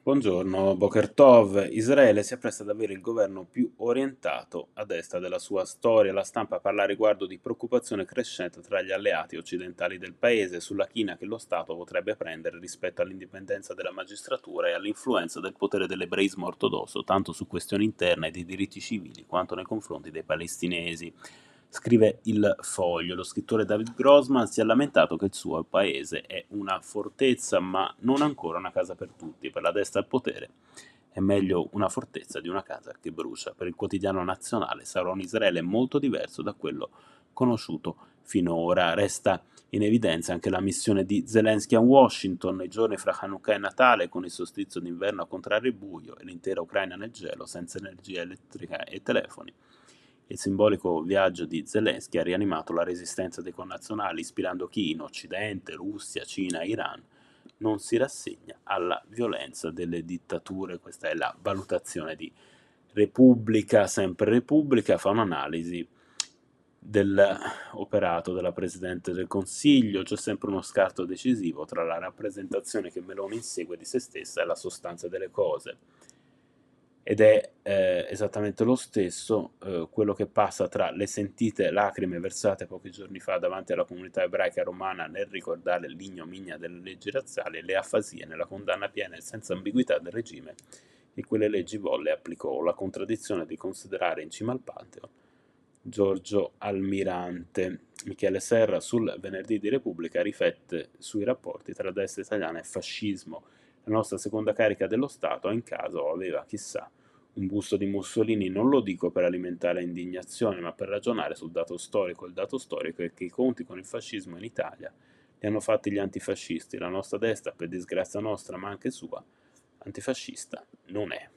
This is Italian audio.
Buongiorno, Boker Tov. Israele si appresta ad avere il governo più orientato a destra della sua storia. La stampa parla a riguardo di preoccupazione crescente tra gli alleati occidentali del paese sulla china che lo Stato potrebbe prendere rispetto all'indipendenza della magistratura e all'influenza del potere dell'ebraismo ortodosso, tanto su questioni interne e dei diritti civili quanto nei confronti dei palestinesi. Scrive il Foglio, lo scrittore David Grossman si è lamentato che il suo paese è una fortezza ma non ancora una casa per tutti. Per la destra al potere è meglio una fortezza di una casa che brucia. Per il quotidiano nazionale sarà un Israele molto diverso da quello conosciuto finora. Resta in evidenza anche la missione di Zelensky a Washington nei giorni fra Hanukkah e Natale, con il solstizio d'inverno a contrarre il buio e l'intera Ucraina nel gelo, senza energia elettrica e telefoni. Il simbolico viaggio di Zelensky ha rianimato la resistenza dei connazionali, ispirando chi in Occidente, Russia, Cina, Iran, non si rassegna alla violenza delle dittature. Questa è la valutazione di Repubblica, sempre Repubblica, fa un'analisi dell'operato della Presidente del Consiglio. C'è sempre uno scarto decisivo tra la rappresentazione che Meloni insegue di se stessa e la sostanza delle cose. Ed è esattamente lo stesso quello che passa tra le sentite lacrime versate pochi giorni fa davanti alla comunità ebraica romana nel ricordare l'ignominia delle leggi razziali e le afasie nella condanna piena e senza ambiguità del regime che quelle leggi volle e applicò, la contraddizione di considerare in cima al Pantheon Giorgio Almirante. Michele Serra sul Venerdì di Repubblica riflette sui rapporti tra destra italiana e fascismo. La nostra seconda carica dello Stato, in caso, aveva, chissà, un busto di Mussolini. Non lo dico per alimentare indignazione, ma per ragionare sul dato storico. Il dato storico è che i conti con il fascismo in Italia li hanno fatti gli antifascisti. La nostra destra, per disgrazia nostra, ma anche sua, antifascista non è.